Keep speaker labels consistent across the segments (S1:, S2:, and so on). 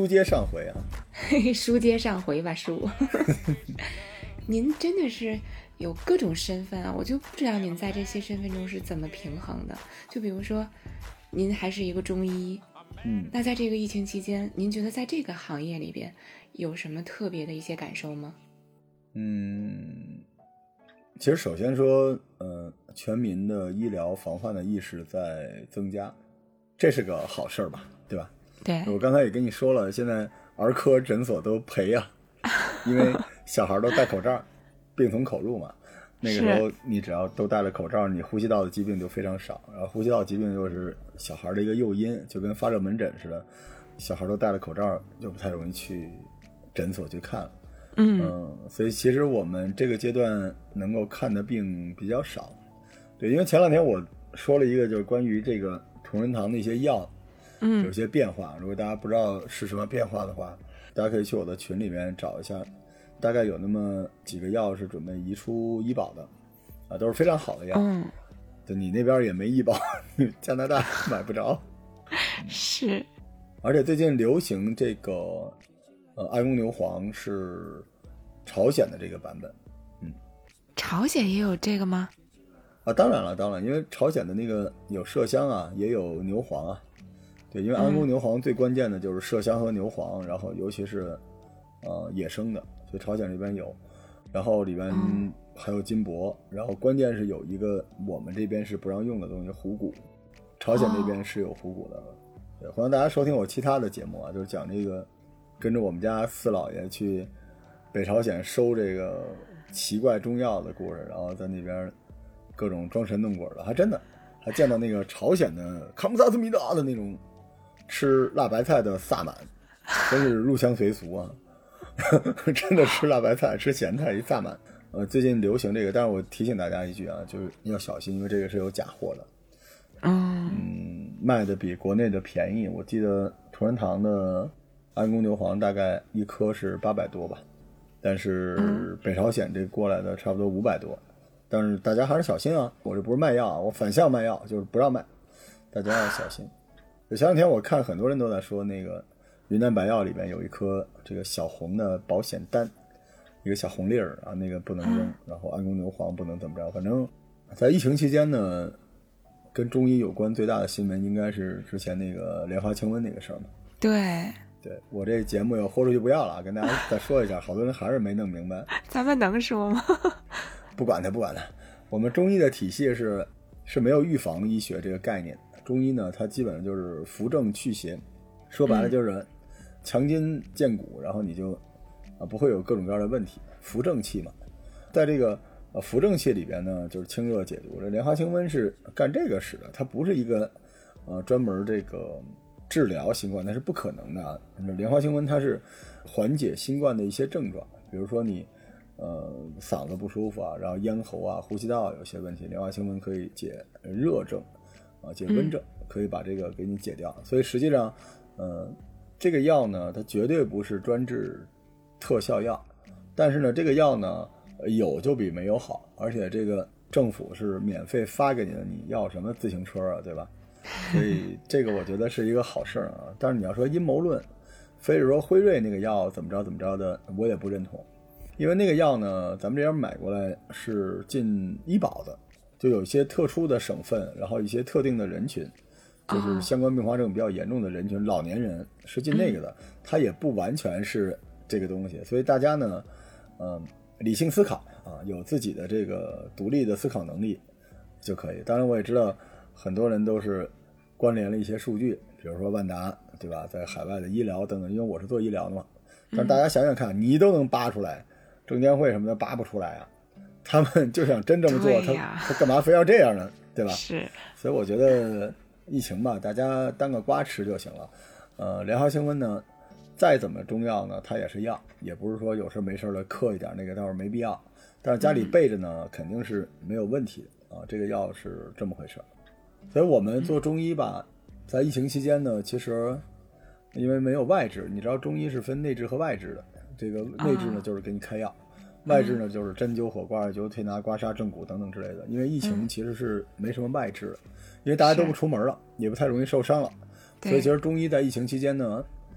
S1: 书接上回啊，
S2: 书接上回吧，书。您真的是有各种身份啊，我就不知道您在这些身份中是怎么平衡的。就比如说，您还是一个中医，那在这个疫情期间，您觉得在这个行业里边有什么特别的一些感受吗？
S1: 其实首先说，全民的医疗防范的意识在增加，这是个好事儿吧，对吧？
S2: 对，
S1: 我刚才也跟你说了，现在儿科诊所都赔啊，因为小孩都戴口罩，病从口入嘛。那个时候你只要都戴了口罩，你呼吸道的疾病就非常少，然后呼吸道疾病又是小孩的一个诱因，就跟发热门诊似的，小孩都戴了口罩，就不太容易去诊所去看了。所以其实我们这个阶段能够看的病比较少。对，因为前两天我说了一个就是关于这个同仁堂的一些药，有些变化。如果大家不知道是什么变化的话，大家可以去我的群里面找一下，大概有那么几个药是准备移出医保的，啊，都是非常好的药。就你那边也没医保，加拿大买不着。
S2: 是。
S1: 而且最近流行这个安宫牛黄是朝鲜的这个版本。
S2: 朝鲜也有这个吗？
S1: 啊，当然了，因为朝鲜的那个有麝香啊，也有牛黄啊。对，因为安宫牛黄最关键的就是麝香和牛黄，然后尤其是野生的，所以朝鲜这边有，然后里边还有金箔，然后关键是有一个我们这边是不让用的东西，虎骨，朝鲜那边是有虎骨的。对，欢迎大家收听我其他的节目啊，就是讲这个跟着我们家四老爷去北朝鲜收这个奇怪中药的故事，然后在那边各种装神弄鬼的，还真的还见到那个朝鲜的康萨斯米达的那种吃辣白菜的萨满，真是入乡随俗啊。真的吃辣白菜吃咸菜一萨满。最近流行这个，但是我提醒大家一句啊，就是要小心，因为这个是有假货的。卖的比国内的便宜，我记得同仁堂的安宫牛黄大概一颗是800多吧，但是北朝鲜这过来的差不多500多。但是大家还是小心啊，我这不是卖药啊，我反向卖药，就是不让卖，大家要小心。前两天我看很多人都在说那个云南白药里面有一颗这个小红的保险单，一个小红粒儿啊，那个不能扔，然后安宫牛黄不能怎么着。反正在疫情期间呢，跟中医有关最大的新闻应该是之前那个莲花清瘟那个事儿嘛。
S2: 对，
S1: 我这节目要豁出去不要了，跟大家再说一下，好多人还是没弄明白。
S2: 咱们能说吗？
S1: 不管它，我们中医的体系是没有预防医学这个概念。中医呢，它基本上就是扶正祛邪，说白了就是强筋健骨，然后你就不会有各种各样的问题，扶正气嘛。在这个扶正气里边呢，就是清热解毒。这莲花清瘟是干这个使的，它不是一个专门这个治疗新冠，那是不可能的。莲花清瘟它是缓解新冠的一些症状，比如说你嗓子不舒服啊，然后咽喉啊、呼吸道有些问题，莲花清瘟可以解热症啊，解温症，可以把这个给你解掉。所以实际上这个药呢，它绝对不是专治特效药，但是呢这个药呢有就比没有好，而且这个政府是免费发给你的，你要什么自行车啊，对吧？所以这个我觉得是一个好事啊。但是你要说阴谋论，非是说辉瑞那个药怎么着的，我也不认同。因为那个药呢，咱们这边买过来是进医保的，就有一些特殊的省份，然后一些特定的人群，就是相关并发症比较严重的人群，老年人是进那个的，它也不完全是这个东西。所以大家呢，理性思考啊，有自己的这个独立的思考能力就可以。当然我也知道很多人都是关联了一些数据，比如说万达，对吧，在海外的医疗等等，因为我是做医疗的嘛。但是大家想想看，你都能扒出来，证监会什么的扒不出来啊，他们就想真这么做，他干嘛非要这样呢，对吧？
S2: 是。
S1: 所以我觉得疫情吧，大家当个瓜吃就行了。莲花清瘟呢，再怎么中药呢，它也是药，也不是说有事没事的嗑一点，那个倒是没必要。但是家里备着呢，肯定是没有问题的啊。这个药是这么回事。所以我们做中医吧，在疫情期间呢，其实因为没有外治，你知道中医是分内治和外治的。这个内治呢，就是给你开药；外治呢，就是针灸、火刮、艾灸、推拿、刮痧、正骨等等之类的。因为疫情其实是没什么外治的，因为大家都不出门了，也不太容易受伤了。所以其实中医在疫情期间呢，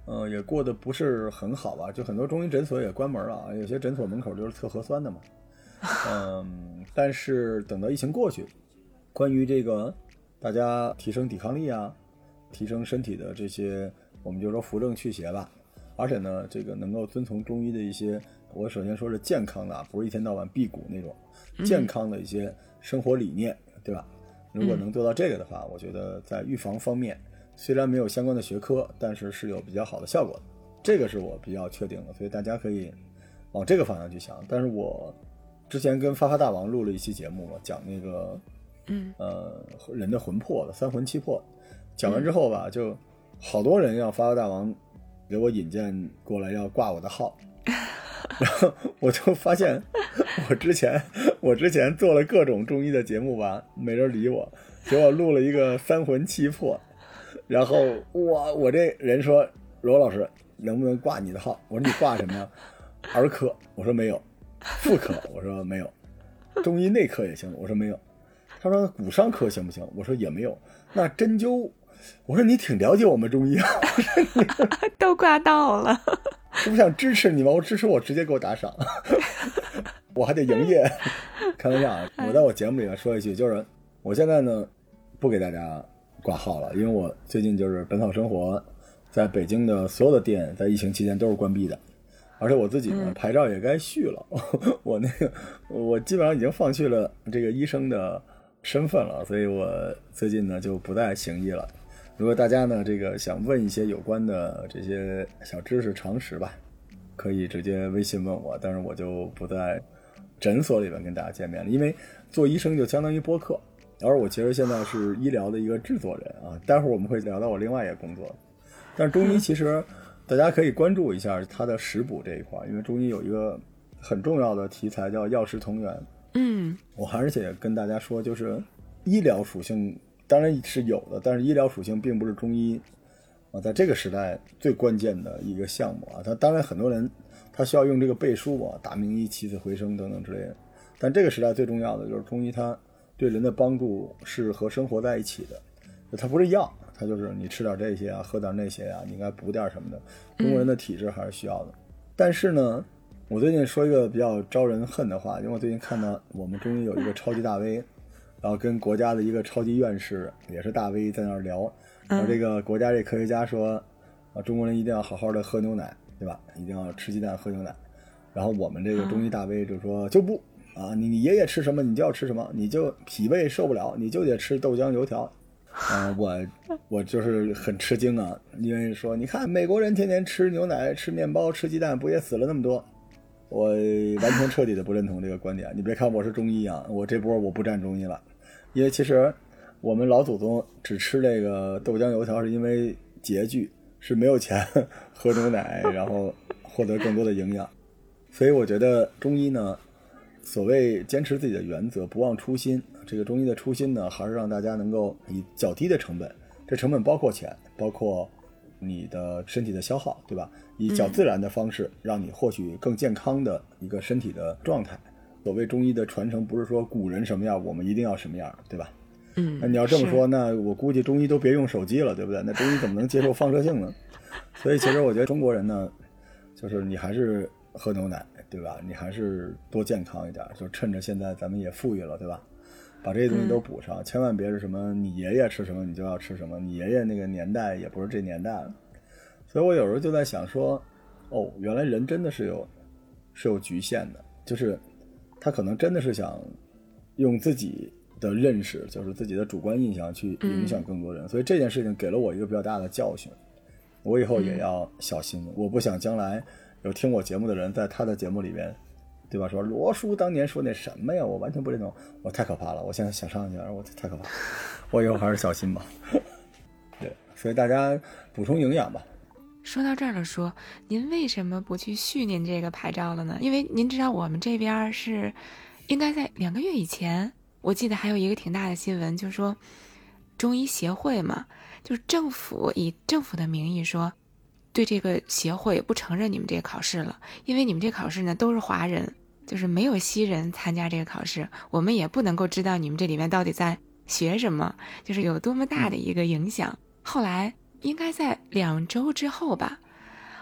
S1: 也过得不是很好吧，就很多中医诊所也关门了，有些诊所门口就是测核酸的嘛。但是等到疫情过去，关于这个大家提升抵抗力啊，提升身体的这些，我们就说扶正祛邪吧。而且呢，这个能够遵从中医的一些，我首先说是健康的，不是一天到晚辟谷那种健康的一些生活理念，对吧？如果能做到这个的话，我觉得在预防方面虽然没有相关的学科，但是有比较好的效果的，这个是我比较确定的，所以大家可以往这个方向去想。但是我之前跟发发大王录了一期节目嘛，讲那个人的魂魄的三魂七魄，讲完之后吧，就好多人要发发大王给我引荐过来要挂我的号，然后我就发现我之前做了各种中医的节目吧，没人理我，结果录了一个三魂七魄，然后我这人说罗老师能不能挂你的号？我说你挂什么呀？儿科，我说没有；妇科，我说没有；中医内科也行，我说没有。他说骨伤科行不行？我说也没有。那针灸，我说你挺了解我们中医啊，
S2: 都挂到了。
S1: 这不想支持你吗？我支持我直接给我打赏，我还得营业。开玩笑啊！我在我节目里面说一句，就是我现在呢不给大家挂号了，因为我最近就是本草生活在北京的所有的店在疫情期间都是关闭的，而且我自己呢牌照也该续了，我基本上已经放弃了这个医生的身份了，所以我最近呢就不再行医了。如果大家呢这个想问一些有关的这些小知识常识吧，可以直接微信问我，但是我就不在诊所里面跟大家见面了，因为做医生就相当于播客，而我其实现在是医疗的一个制作人啊，待会儿我们会聊到我另外一个工作。但是中医其实大家可以关注一下它的食补这一块，因为中医有一个很重要的题材叫药食同源。我还是跟大家说，就是医疗属性当然是有的，但是医疗属性并不是中医在这个时代最关键的一个项目啊。它当然很多人他需要用这个背书大名医起死回生等等之类的，但这个时代最重要的就是中医，它对人的帮助是和生活在一起的，它不是药，它就是你吃点这些啊，喝点那些啊，你应该补点什么的。中国人的体质还是需要的。但是呢，我最近说一个比较招人恨的话，因为我最近看到我们中医有一个超级大 V， 然后跟国家的一个超级院士也是大 V 在那儿聊，然后这个国家这科学家说中国人一定要好好的喝牛奶，对吧？一定要吃鸡蛋喝牛奶。然后我们这个中医大 V 就说就不你爷爷吃什么你就要吃什么，你就脾胃受不了你就得吃豆浆油条。我就是很吃惊啊，因为说你看美国人天天吃牛奶吃面包吃鸡蛋不也死了那么多。我完全彻底的不认同这个观点。你别看我是中医啊，我这波我不站中医了，因为其实我们老祖宗只吃这个豆浆油条是因为拮据，是没有钱喝牛奶然后获得更多的营养。所以我觉得中医呢，所谓坚持自己的原则不忘初心，这个中医的初心呢还是让大家能够以较低的成本，这成本包括钱，包括你的身体的消耗，对吧？以较自然的方式让你获取更健康的一个身体的状态。所谓中医的传承不是说古人什么样我们一定要什么样，对吧？那你要这么说，那我估计中医都别用手机了，对不对？那中医怎么能接受放射性呢？所以其实我觉得中国人呢，就是你还是喝牛奶，对吧？你还是多健康一点，就趁着现在咱们也富裕了，对吧？把这些东西都补上，千万别是什么你爷爷吃什么你就要吃什么，你爷爷那个年代也不是这年代了。所以我有时候就在想说，原来人真的是有局限的，就是他可能真的是想用自己的认识，就是自己的主观印象去影响更多人。所以这件事情给了我一个比较大的教训，我以后也要小心。我不想将来有听我节目的人在他的节目里边，对吧？说罗叔当年说那什么呀，我完全不认同，我太可怕了。我现在想上去，我太可怕了，我以后还是小心吧。对，所以大家补充营养吧。
S2: 说到这儿了，说您为什么不去续您这个牌照了呢？因为您知道我们这边是应该在2个月以前，我记得还有一个挺大的新闻，就是说中医协会嘛，就是政府以政府的名义说对这个协会不承认你们这个考试了，因为你们这考试呢都是华人，就是没有西人参加这个考试，我们也不能够知道你们这里面到底在学什么，就是有多么大的一个影响。后来应该在2周之后吧，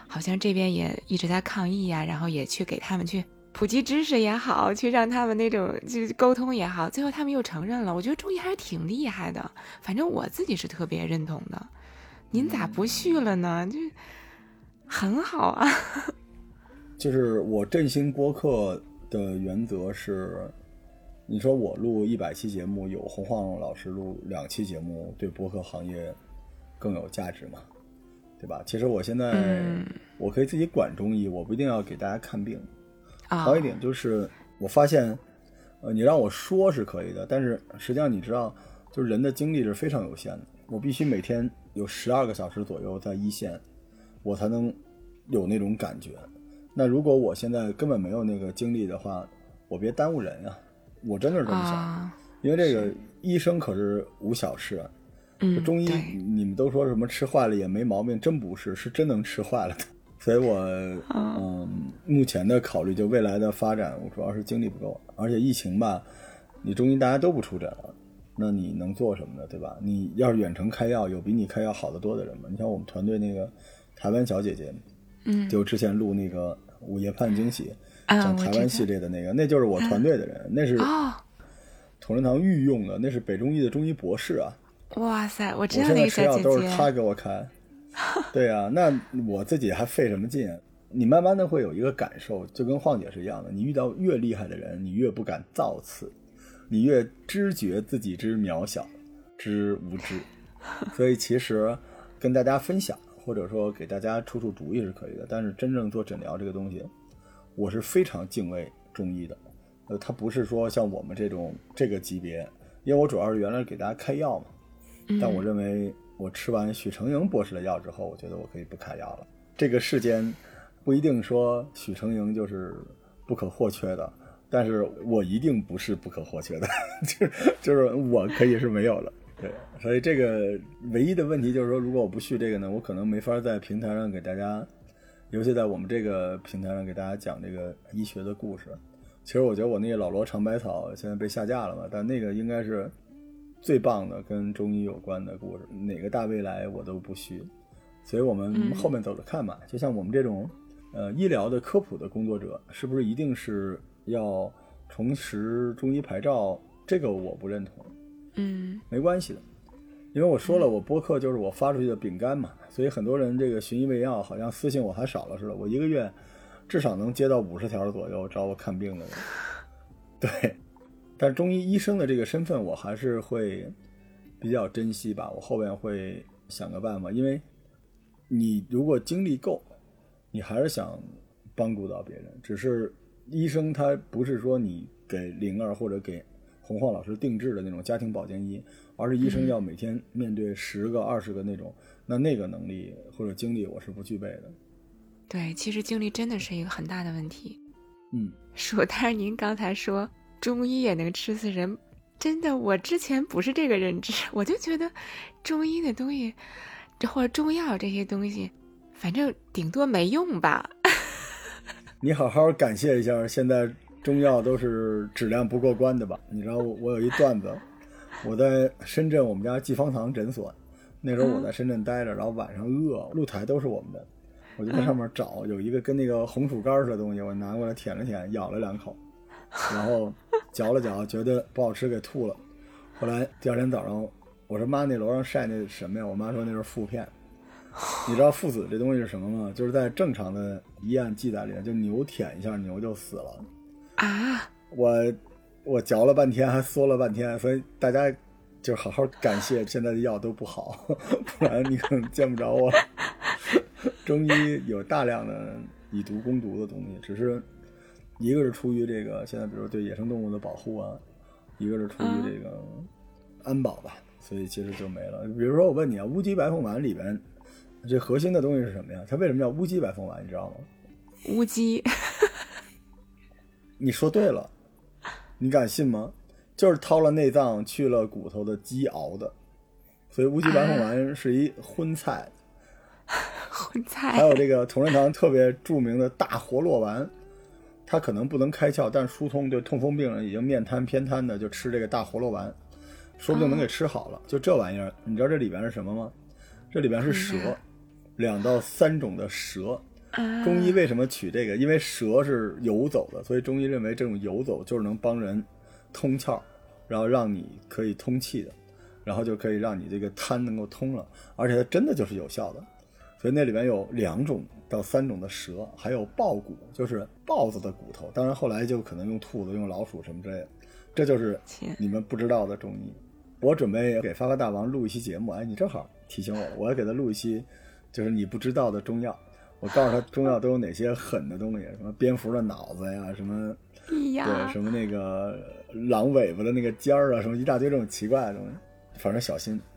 S2: 好像这边也一直在抗议呀，然后也去给他们去普及知识也好，去让他们那种就沟通也好，最后他们又承认了。我觉得中医还是挺厉害的，反正我自己是特别认同的。您咋不续了呢？就很好啊。
S1: 就是我振兴播客的原则是，你说我录100期节目，有洪晃老师录2期节目，对播客行业更有价值嘛，对吧？其实我现在我可以自己管中医，我不一定要给大家看病。还有一点就是，我发现，你让我说是可以的，但是实际上你知道，就是人的精力是非常有限的。我必须每天有12个小时左右在一线，我才能有那种感觉。那如果我现在根本没有那个精力的话，我别耽误人呀。我真的是这么想，因为这个医生可是无小事啊。中医你们都说什么吃坏了也没毛病，真不是，是真能吃坏了的。所以我目前的考虑就未来的发展，我主要是精力不够，而且疫情吧，你中医大家都不出诊了，那你能做什么呢？对吧？你要是远程开药，有比你开药好得多的人吗？你像我们团队那个台湾小姐姐，就之前录那个午夜盼惊喜，讲台湾系列的那个，那就是我团队的人，那是同仁堂御用的，那是北中医的中医博士啊。
S2: 哇塞，我知道那个小姐姐，
S1: 我现在吃药都是他给我开。对啊，那我自己还费什么劲啊？你慢慢的会有一个感受，就跟晃姐是一样的，你遇到越厉害的人，你越不敢造次，你越知觉自己之渺小之无知。所以其实跟大家分享，或者说给大家出主意是可以的，但是真正做诊疗这个东西，我是非常敬畏中医的。它不是说像我们这个级别，因为我主要是原来给大家开药嘛，但我认为我吃完许成营博士的药之后，我觉得我可以不开药了。这个世间不一定说许成营就是不可或缺的，但是我一定不是不可或缺的，就是我可以是没有了。对，所以这个唯一的问题就是说，如果我不续这个呢，我可能没法在平台上给大家，尤其在我们这个平台上给大家讲这个医学的故事。其实我觉得我那个老罗尝百草现在被下架了嘛，但那个应该是最棒的跟中医有关的故事，哪个大未来我都不虚。所以我们后面走着看吧。就像我们这种医疗的科普的工作者，是不是一定是要重拾中医牌照？这个我不认同。没关系的，因为我说了，我播客就是我发出去的饼干嘛，所以很多人这个寻医问药好像私信我还少了似的，我一个月至少能接到50条左右找我看病的人。对，但中医医生的这个身份我还是会比较珍惜吧，我后面会想个办法，因为你如果精力够，你还是想帮助到别人，只是医生他不是说你给灵儿或者给洪晃老师定制的那种家庭保健医，而是医生要每天面对10个20个那种，那个能力或者精力我是不具备的。
S2: 对，其实精力真的是一个很大的问题。但是您刚才说中医也能吃死人，真的我之前不是这个认知，我就觉得中医的东西或者中药这些东西反正顶多没用吧。
S1: 你好好感谢一下现在中药都是质量不过关的吧。你知道我有一段子，我在深圳我们家济方堂诊所，那时候我在深圳待着，然后晚上饿，露台都是我们的，我就在上面找，有一个跟那个红薯干似的东西，我拿过来舔了舔，咬了2口，然后嚼了嚼，觉得不好吃给吐了。后来第2天早上我说妈，那楼上晒那什么呀？我妈说那是附片。你知道附子这东西是什么吗？就是在正常的医案记载里，就牛舔一下牛就死了
S2: 啊！
S1: 我嚼了半天，还缩了半天，所以大家就好好感谢现在的药都不好，不然你可能见不着我。中医有大量的以毒攻毒的东西，只是一个是出于这个现在比如对野生动物的保护啊，一个是出于这个安保吧，所以其实就没了。比如说我问你啊，乌鸡白凤丸里边这核心的东西是什么呀？它为什么叫乌鸡白凤丸你知道吗？
S2: 乌鸡。
S1: 你说对了，你敢信吗？就是掏了内脏去了骨头的鸡熬的，所以乌鸡白凤丸是一荤菜。
S2: 荤菜。
S1: 还有这个同仁堂特别著名的大活络丸，它可能不能开窍，但疏通，就痛风病人已经面瘫偏瘫的就吃这个大活络丸，说不定能给吃好了。就这玩意儿，你知道这里边是什么吗？这里边是蛇，2到3种的蛇， 中医为什么取这个？因为蛇是游走的，所以中医认为这种游走就是能帮人通窍，然后让你可以通气的，然后就可以让你这个痰能够通了，而且它真的就是有效的。所以那里面有2种到3种的蛇，还有豹骨，就是豹子的骨头，当然后来就可能用兔子、用老鼠什么之类的，这就是你们不知道的中医。我准备给发发大王录一期节目，哎，你正好提醒我了，我要给他录一期就是你不知道的中药，我告诉他中药都有哪些狠的东西，什么蝙蝠的脑子呀，什么对，什么那个狼尾巴的那个尖儿啊，什么一大堆这种奇怪的东西，反正小心。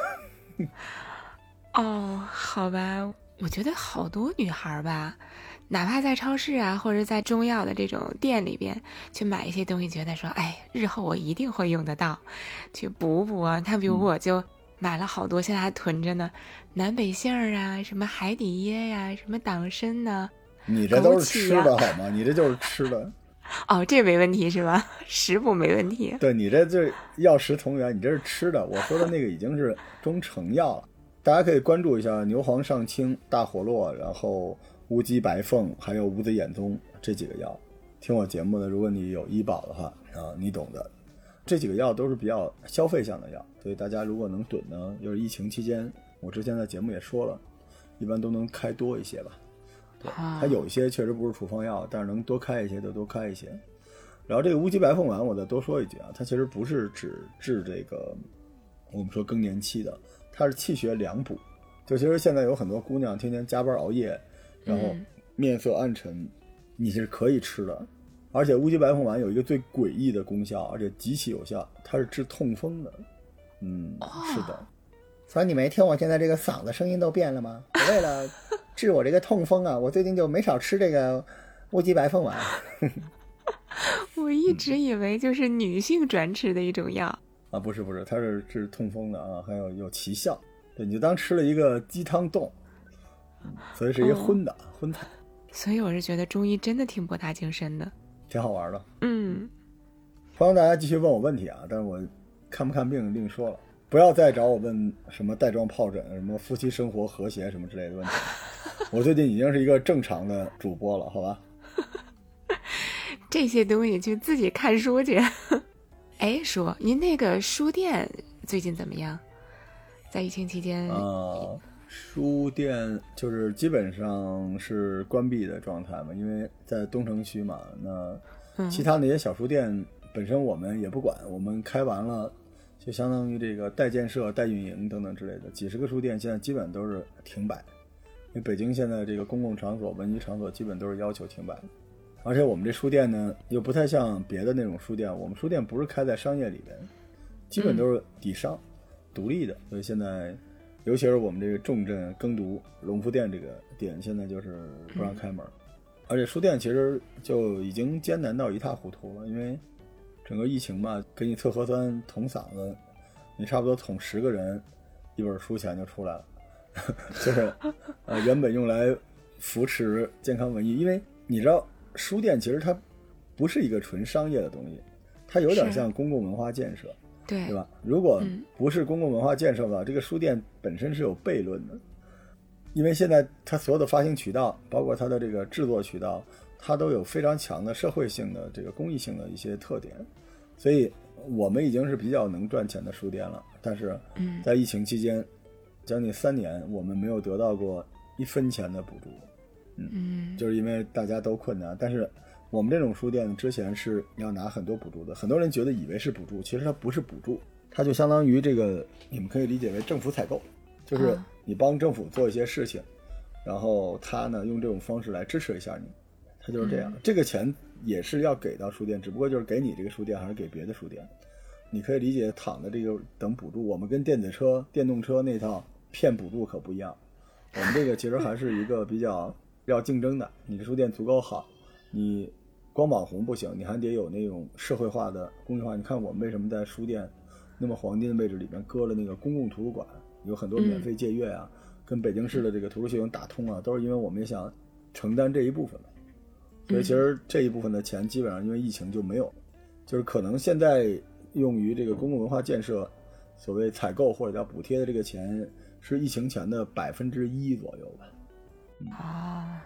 S2: 哦，好吧，我觉得好多女孩吧，哪怕在超市啊，或者在中药的这种店里边去买一些东西，觉得说，哎，日后我一定会用得到，去补补啊。他比如我就买了好多，现在还囤着呢，南北杏啊，什么海底椰呀，什么党参呢。
S1: 你这都是吃的好吗？你这就是吃的。
S2: 哦，这没问题是吧？食补没问题。
S1: 对，你这药食同源，你这是吃的。我说的那个已经是中成药了。大家可以关注一下牛黄上清、大火络，然后乌鸡白凤，还有无子衍宗这几个药。听我节目的，如果你有医保的话啊，你懂的。这几个药都是比较消费向的药，所以大家如果能囤呢，就是疫情期间，我之前在节目也说了，一般都能开多一些吧。对，它有一些确实不是处方药，但是能多开一些就多开一些。然后这个乌鸡白凤丸，我再多说一句啊，它其实不是只治这个我们说更年期的，它是气血两补。就其实现在有很多姑娘天天加班熬夜，然后面色暗沉，你是可以吃的。而且乌鸡白凤丸有一个最诡异的功效，而且极其有效，它是治痛风的。是的。所以你没听我现在这个嗓子声音都变了吗？我为了治我这个痛风啊，我最近就没少吃这个乌鸡白凤丸。
S2: 我一直以为就是女性专吃的一种药
S1: 啊，不是，它是治痛风的啊，还有奇效。对，你就当吃了一个鸡汤冻，所以是一个荤菜。
S2: 所以我是觉得中医真的挺博大精深的，
S1: 挺好玩的。
S2: 欢
S1: 迎大家继续问我问题啊，但是我看不看病另说了，不要再找我问什么带状疱疹、什么夫妻生活和谐什么之类的问题。我最近已经是一个正常的主播了，好吧？
S2: 这些东西就自己看书去。哎，叔，您那个书店最近怎么样？在疫情期间
S1: 书店就是基本上是关闭的状态嘛，因为在东城区嘛，那其他那些小书店本身我们也不管，我们开完了就相当于这个代建设、代运营等等之类的，几十个书店现在基本都是停摆。因为北京现在这个公共场所、文娱场所基本都是要求停摆。而且我们这书店呢又不太像别的那种书店，我们书店不是开在商业里边，基本都是底商独立的，所以现在尤其是我们这个重镇耕读龙福店这个店现在就是不让开门。而且书店其实就已经艰难到一塌糊涂了，因为整个疫情嘛，给你测核酸捅嗓子，你差不多捅10个人一本书钱就出来了。就是原本用来扶持健康文艺，因为你知道书店其实它不是一个纯商业的东西，它有点像公共文化建设，对吧？如果不是公共文化建设的话，这个书店本身是有悖论的。因为现在它所有的发行渠道，包括它的这个制作渠道，它都有非常强的社会性的这个公益性的一些特点，所以我们已经是比较能赚钱的书店了。但是在疫情期间将近3年，我们没有得到过1分钱的补助。就是因为大家都困难。但是我们这种书店之前是要拿很多补助的，很多人觉得以为是补助，其实它不是补助，它就相当于这个你们可以理解为政府采购，就是你帮政府做一些事情，然后他呢用这种方式来支持一下你，它就是这样。这个钱也是要给到书店，只不过就是给你这个书店还是给别的书店，你可以理解躺的这个等补助。我们跟电子车、电动车那套骗补助可不一样，我们这个其实还是一个比较要竞争的。你的书店足够好，你光网红不行，你还得有那种社会化的公益化。你看我们为什么在书店那么黄金的位置里面搁了那个公共图书馆，有很多免费借阅啊，跟北京市的这个图书系统打通啊，都是因为我们也想承担这一部分的。所以其实这一部分的钱基本上因为疫情就没有，就是可能现在用于这个公共文化建设所谓采购或者叫补贴的这个钱是疫情前的1%左右吧。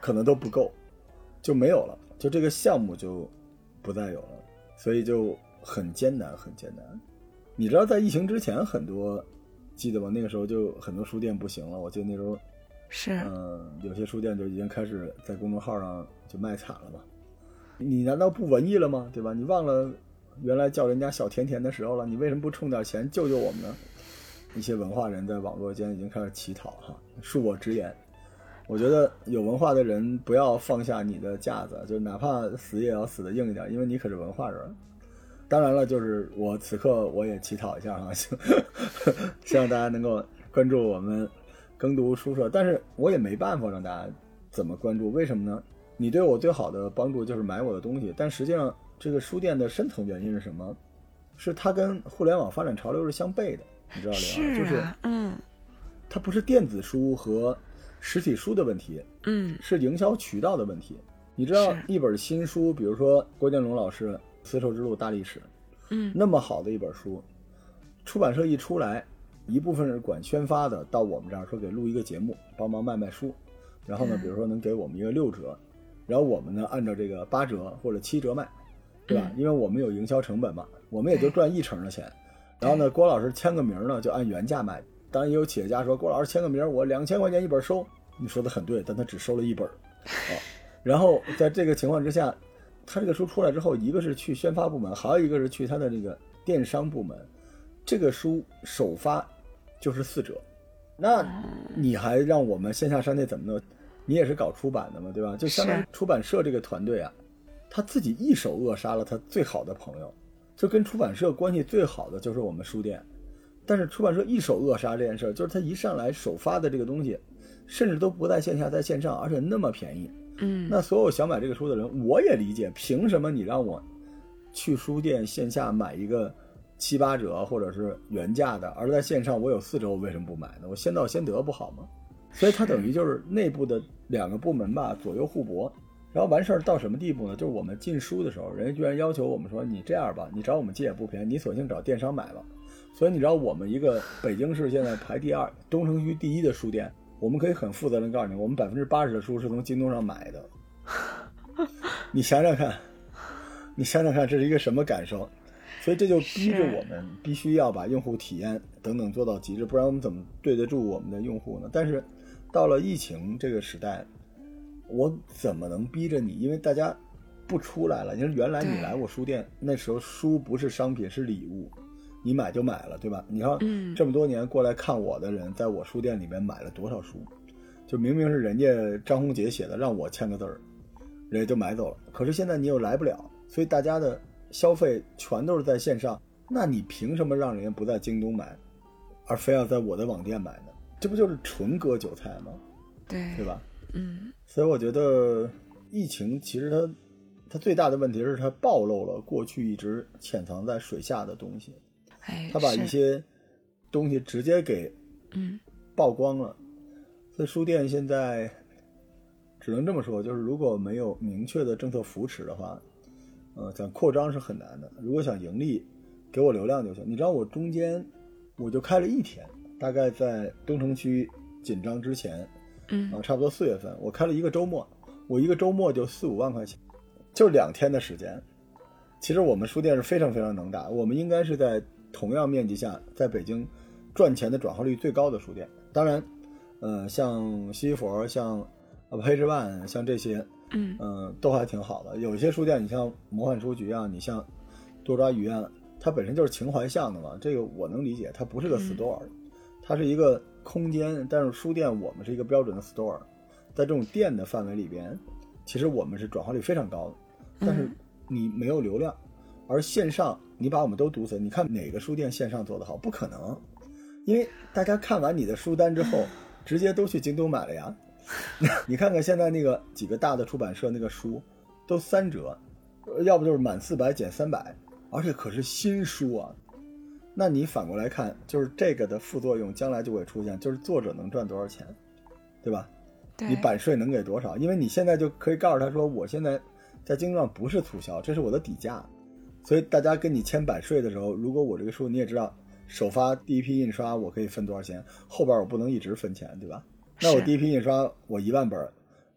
S1: 可能都不够，就没有了，就这个项目就不再有了，所以就很艰难很艰难。你知道在疫情之前很多记得吧，那个时候就很多书店不行了，我记得那时候
S2: 是
S1: 有些书店就已经开始在公众号上就卖惨了嘛。你难道不文艺了吗？对吧？你忘了原来叫人家小甜甜的时候了，你为什么不充点钱救救我们呢？一些文化人在网络间已经开始乞讨哈，恕我直言，我觉得有文化的人不要放下你的架子，就哪怕死也要死得硬一点，因为你可是文化人。当然了，就是我此刻我也乞讨一下哈，希望大家能够关注我们耕读书社，但是我也没办法让大家怎么关注，为什么呢？你对我最好的帮助就是买我的东西，但实际上这个书店的深层原因是什么？是它跟互联网发展潮流是相悖的。你知道吗？就是它不是电子书和实体书的问题，是营销渠道的问题。你知道一本新书，比如说郭建龙老师《丝绸之路大历史》，那么好的一本书，出版社一出来，一部分是管宣发的，到我们这儿说给录一个节目，帮忙卖书，然后呢，比如说能给我们一个6折，然后我们呢按照这个8折或者7折卖，对吧？因为我们有营销成本嘛，我们也就赚1成的钱。然后呢，郭老师签个名呢，就按原价卖。当然也有企业家说，郭老师签个名，我2000块钱一本收。你说的很对，但他只收了1本。然后在这个情况之下，他这个书出来之后，一个是去宣发部门，还有一个是去他的这个电商部门。这个书首发就是4折，那你还让我们线下商店怎么弄？你也是搞出版的嘛，对吧？就相当于出版社这个团队啊，他自己一手扼杀了他最好的朋友。就跟出版社关系最好的就是我们书店，但是出版社一手扼杀这件事，就是他一上来首发的这个东西，甚至都不在线下，在线上，而且那么便宜。那所有想买这个书的人，我也理解，凭什么你让我去书店线下买一个7、8折或者是原价的，而在线上我有4折，我为什么不买呢？我先到先得不好吗？所以它等于就是内部的2个部门吧，左右互搏。然后完事儿到什么地步呢？就是我们进书的时候，人家居然要求我们说，你这样吧，你找我们借也不便宜，你索性找电商买吧。所以你知道我们一个北京市现在排第2，东城区第1的书店，我们可以很负责任告诉你，我们80%的书是从京东上买的。你想想看，这是一个什么感受？所以这就逼着我们必须要把用户体验等等做到极致，不然我们怎么对得住我们的用户呢？但是到了疫情这个时代，我怎么能逼着你？因为大家不出来了。你说原来你来我书店，那时候书不是商品，是礼物，你买就买了，对吧？你看这么多年过来看我的人，在我书店里面买了多少书？就明明是人家张宏杰写的，让我签个字儿，人家就买走了。可是现在你又来不了，所以大家的消费全都是在线上，那你凭什么让人家不在京东买，而非要在我的网店买呢？这不就是纯割韭菜吗？对吧？所以我觉得疫情其实它最大的问题是它暴露了过去一直潜藏在水下的东西，它把一些东西直接给曝光了。所以书店现在只能这么说，就是如果没有明确的政策扶持的话，想扩张是很难的。如果想盈利，给我流量就行。你知道我中间我就开了1天，大概在东城区紧张之前，差不多4月份，我开了1个周末，我1个周末就4、5万块钱，就2天的时间。其实我们书店是非常非常能打，我们应该是在同样面积下，在北京赚钱的转化率最高的书店。当然，像西佛、像黑之万、像这些，都还挺好的。有一些书店，你像魔幻书局啊，你像多抓鱼啊，它本身就是情怀向的嘛，这个我能理解，它不是个 store，它是一个空间。但是书店我们是一个标准的 store， 在这种店的范围里边，其实我们是转化率非常高的，但是你没有流量。而线上你把我们都堵死，你看哪个书店线上做得好？不可能，因为大家看完你的书单之后直接都去京东买了呀。你看看现在那个几个大的出版社那个书都3折，要不就是满400减300，而且可是新书啊。那你反过来看，就是这个的副作用将来就会出现，就是作者能赚多少钱，对吧？你版税能给多少？因为你现在就可以告诉他说，我现在在京东上不是促销，这是我的底价。所以大家跟你签版税的时候，如果我这个书你也知道，首发第一批印刷我可以分多少钱，后边我不能一直分钱，对吧？那我第一批印刷我1万本，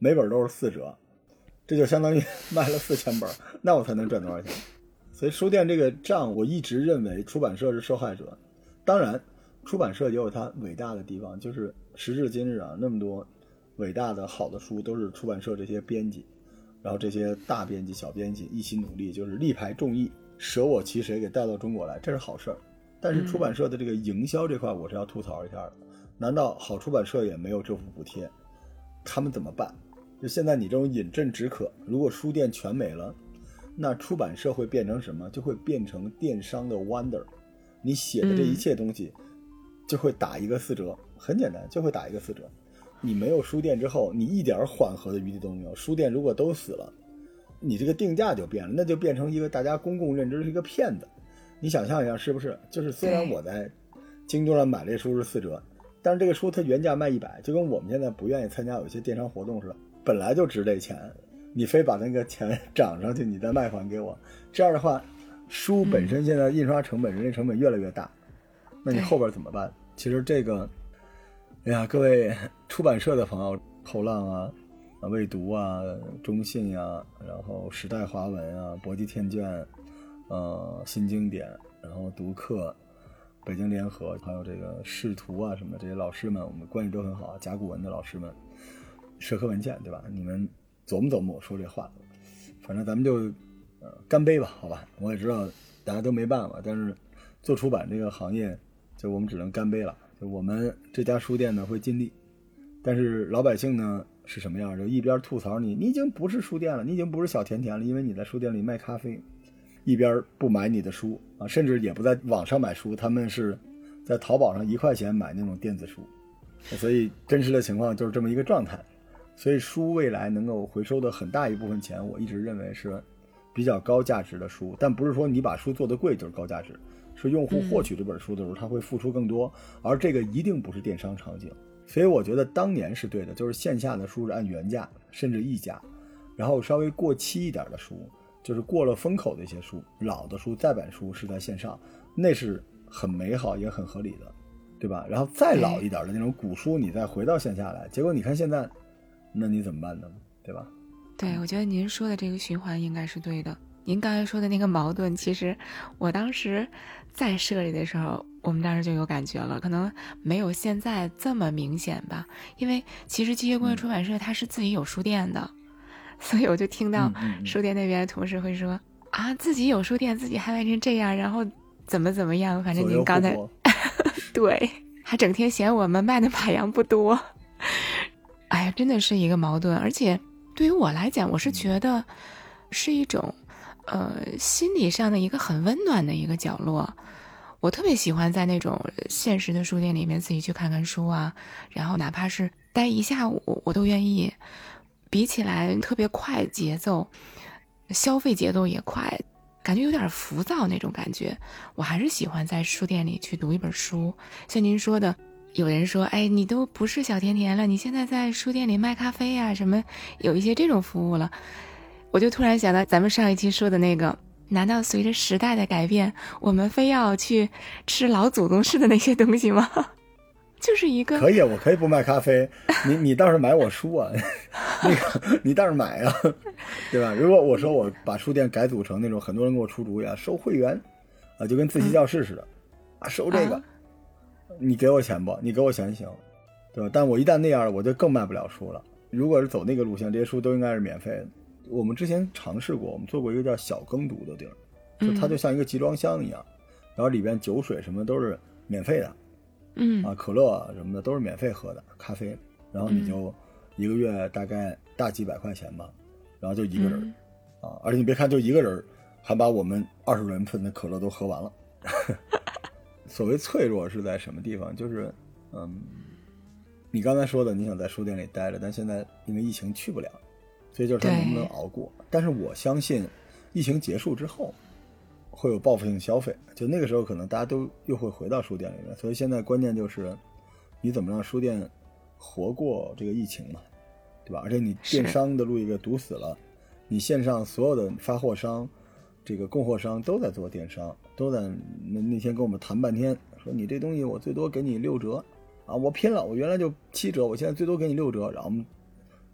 S1: 每本都是4折，这就相当于卖了4000本，那我才能赚多少钱？所以书店这个账，我一直认为出版社是受害者。当然出版社也有它伟大的地方，就是时至今日啊，那么多伟大的好的书都是出版社这些编辑，然后这些大编辑小编辑一起努力，就是力排众议，舍我其谁给带到中国来，这是好事儿。但是出版社的这个营销这块我是要吐槽一下的，难道好出版社也没有政府补贴？他们怎么办？就现在你这种饮鸩止渴，如果书店全没了，那出版社会变成什么？就会变成电商的 Wonder， 你写的这一切东西就会打一个4折，很简单，就会打一个4折。你没有书店之后，你一点缓和的余地都没有。书店如果都死了，你这个定价就变了，那就变成一个大家公共认知是一个骗子。你想象一下是不是？就是虽然我在京东上买这书是4折，但是这个书它原价卖100，就跟我们现在不愿意参加有些电商活动似的，本来就值这钱，你非把那个钱涨上去，你再卖还给我，这样的话，书本身现在印刷成本、人力成本越来越大，那你后边怎么办？其实这个，哎呀，各位出版社的朋友，后浪啊、未读啊、中信啊，然后时代华文啊、博济天卷，新经典，然后读客、北京联合，还有这个视图啊什么的，这些老师们我们关系都很好，甲骨文的老师们，社科文献对吧？你们琢磨琢磨我说这话，反正咱们就干杯吧，好吧？我也知道大家都没办法，但是做出版这个行业，就我们只能干杯了。就我们这家书店呢会尽力，但是老百姓呢是什么样？就一边吐槽你已经不是书店了，你已经不是小甜甜了，因为你在书店里卖咖啡，一边不买你的书啊，甚至也不在网上买书，他们是在淘宝上1块钱买那种电子书，所以真实的情况就是这么一个状态。所以书未来能够回收的很大一部分钱，我一直认为是比较高价值的书，但不是说你把书做得贵就是高价值，是用户获取这本书的时候他会付出更多，而这个一定不是电商场景。所以我觉得当年是对的，就是线下的书是按原价甚至溢价，然后稍微过期一点的书，就是过了风口的一些书，老的书再版书是在线上，那是很美好也很合理的，对吧？然后再老一点的那种古书你再回到线下来，结果你看现在那你怎么办呢？对吧？
S2: 对，我觉得您说的这个循环应该是对的。您刚才说的那个矛盾，其实我当时在社里的时候，我们当时就有感觉了，可能没有现在这么明显吧。因为其实机械工业出版社它是自己有书店的，所以我就听到书店那边的同事会说啊，自己有书店，自己还卖成这样，然后怎么样，反正您刚才对，还整天嫌我们卖的码样不多。哎呀，真的是一个矛盾。而且对于我来讲，我是觉得是一种心理上的一个很温暖的一个角落。我特别喜欢在那种现实的书店里面自己去看看书啊，然后哪怕是待一下午我都愿意。比起来特别快节奏，消费节奏也快，感觉有点浮躁那种感觉，我还是喜欢在书店里去读一本书。像您说的，有人说哎，你都不是小甜甜了，你现在在书店里卖咖啡啊什么，有一些这种服务了。我就突然想到咱们上一期说的那个，难道随着时代的改变，我们非要去吃老祖宗式的那些东西吗？就是一个
S1: 可以，我可以不卖咖啡，你倒是买我书啊，那个你倒是买啊，对吧？如果我说我把书店改组成那种，很多人给我出主意啊，收会员啊，就跟自习教室似的啊，收这个，你给我钱不？你给我钱行，对吧？但我一旦那样了，我就更卖不了书了。如果是走那个路线，这些书都应该是免费的。我们之前尝试过，我们做过一个叫小耕读的地儿，就它就像一个集装箱一样，然后里边酒水什么都是免费的。可乐什么的都是免费喝的，咖啡，然后你就一个月大概大几百块钱吧，然后就一个人，而且你别看就一个人，还把我们20人份的可乐都喝完了。所谓脆弱是在什么地方？就是你刚才说的，你想在书店里待着，但现在因为疫情去不了，所以就是他能不能熬过？但是我相信，疫情结束之后。会有报复性消费，就那个时候可能大家都又会回到书店里面，所以现在关键就是你怎么让书店活过这个疫情嘛，对吧？而且你电商的路一个堵死了，你线上所有的发货商、这个供货商都在做电商，都在那天跟我们谈半天，说你这东西我最多给你6折啊，我拼了，我原来就7折，我现在最多给你6折，然后我们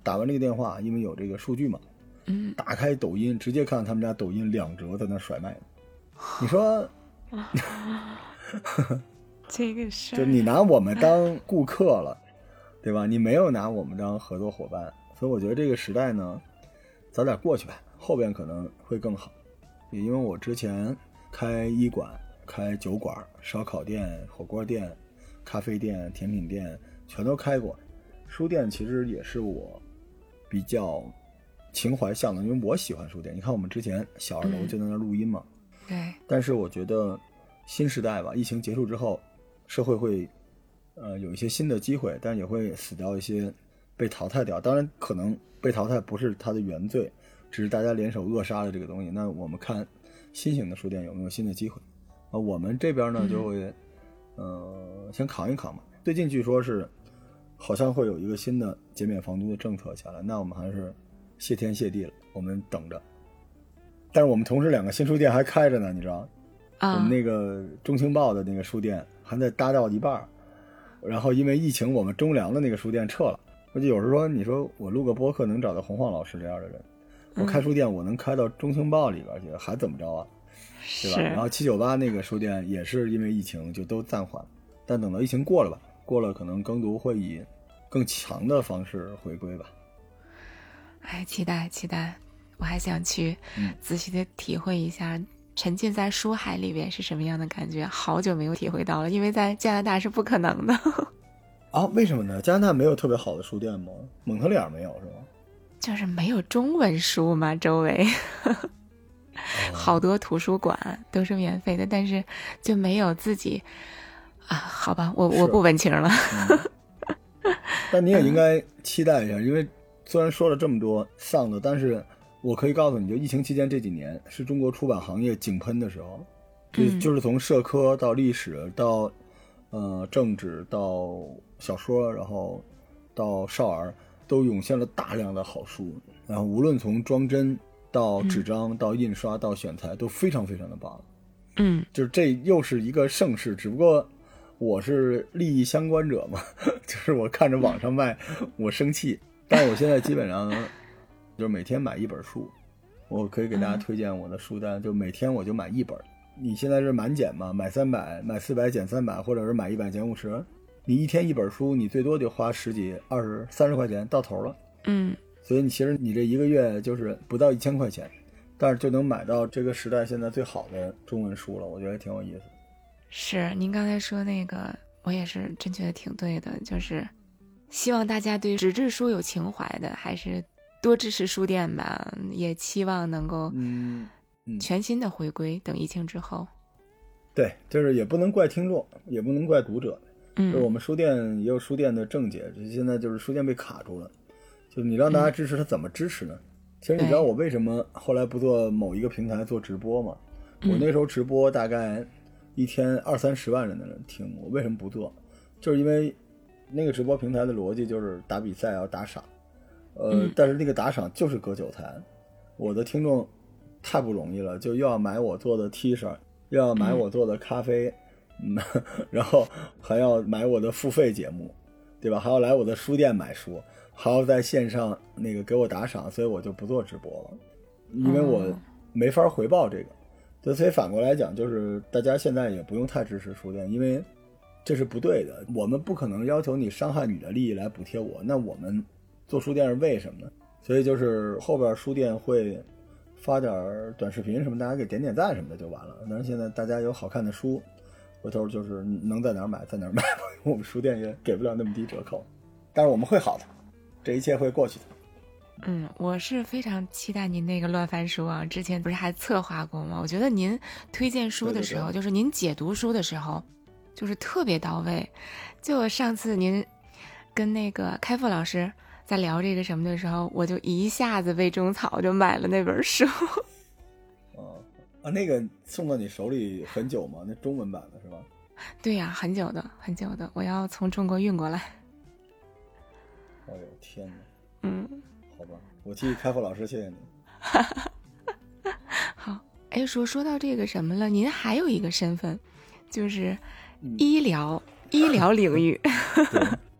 S1: 打完这个电话，因为有这个数据嘛，打开抖音，直接看到他们家抖音2折在那甩卖。你说，
S2: 这个事儿，
S1: 就你拿我们当顾客了，对吧？你没有拿我们当合作伙伴，所以我觉得这个时代呢，早点过去吧，后边可能会更好。也因为我之前开医馆、开酒馆、烧烤店、火锅店、咖啡店、甜品店全都开过，书店其实也是我比较情怀向的，因为我喜欢书店。你看我们之前小2楼就在那录音嘛，
S2: 对。
S1: 但是我觉得新时代吧，疫情结束之后，社会会有一些新的机会，但也会死掉一些，被淘汰掉。当然可能被淘汰不是它的原罪，只是大家联手扼杀了这个东西。那我们看新型的书店有没有新的机会我们这边呢就会先扛一扛嘛。最近据说是好像会有一个新的减免房租的政策下来，那我们还是谢天谢地了，我们等着。但是我们同时2个新书店还开着呢，你知道我们那个中青报的那个书店还在搭到一半，然后因为疫情我们中粮的那个书店撤了。我就有时候说，你说我录个播客能找到洪晃老师这样的人，我开书店我能开到中青报里边去，还怎么着啊？对吧？然后798那个书店也是因为疫情就都暂缓，但等到疫情过了吧，过了可能耕读会以更强的方式回归吧。
S2: 哎，期待期待，我还想去仔细的体会一下沉浸在书海里边是什么样的感觉，好久没有体会到了，因为在加拿大是不可能的。
S1: 啊，为什么呢？加拿大没有特别好的书店吗？蒙特利尔没有是吗？
S2: 就是没有中文书嘛，周围好多图书馆都是免费的，但是就没有自己啊。好吧，我不文青了。
S1: 但你也应该期待一下，因为虽然说了这么多丧的，但是我可以告诉你，就疫情期间这几年是中国出版行业井喷的时候，就是从社科到历史到政治到小说，然后到少儿，都涌现了大量的好书，然后无论从装帧到纸张到印刷到选材都非常非常的棒。就是这又是一个盛世，只不过我是利益相关者嘛，就是我看着网上卖我生气，但我现在基本上就是每天买1本书，我可以给大家推荐我的书单，就每天我就买1本。你现在是满减嘛，买300买400减300，或者是买100减50，你一天1本书，你最多就花10几20 30块钱到头了。所以其实你这1个月就是不到1000块钱，但是就能买到这个时代现在最好的中文书了，我觉得挺有意思。
S2: 是，您刚才说那个我也是真觉得挺对的，就是希望大家对纸质书有情怀的还是多支持书店吧，也期望能够全新的回归，等疫情之后。
S1: 对，就是也不能怪听众，也不能怪读者，就是我们书店也有书店的症结，现在就是书店被卡住了，就你让大家支持他怎么支持呢？其实你知道我为什么后来不做某一个平台做直播吗？我那时候直播大概一天20-30万人的人听，我为什么不做？就是因为那个直播平台的逻辑就是打比赛要打赏，但是那个打赏就是割韭菜，我的听众太不容易了，就又要买我做的 T 恤，又要买我做的咖啡，然后还要买我的付费节目，对吧？还要来我的书店买书，还要在线上那个给我打赏，所以我就不做直播了，因为我没法回报这个。所以反过来讲，就是大家现在也不用太支持书店，因为这是不对的。我们不可能要求你伤害你的利益来补贴我，那我们做书店是为什么呢？所以就是后边书店会发点短视频什么，大家给点点赞什么的就完了。但是现在大家有好看的书，回头就是能在哪儿买在哪儿买，我们书店也给不了那么低折扣，但是我们会好的，这一切会过去的。
S2: 我是非常期待您那个乱翻书啊，之前不是还策划过吗？我觉得您推荐书的时候，就是您解读书的时候，就是特别到位。就上次您跟那个开复老师在聊这个什么的时候，我就一下子被种草，就买了那本书。
S1: 那个送到你手里很久吗？那中文版的是吧？
S2: 对呀，很久的，很久的，我要从中国运过来。
S1: 哎呦天哪！好吧，我替开复老师谢谢你。
S2: 好，说到这个什么了，您还有一个身份，就是医疗领域。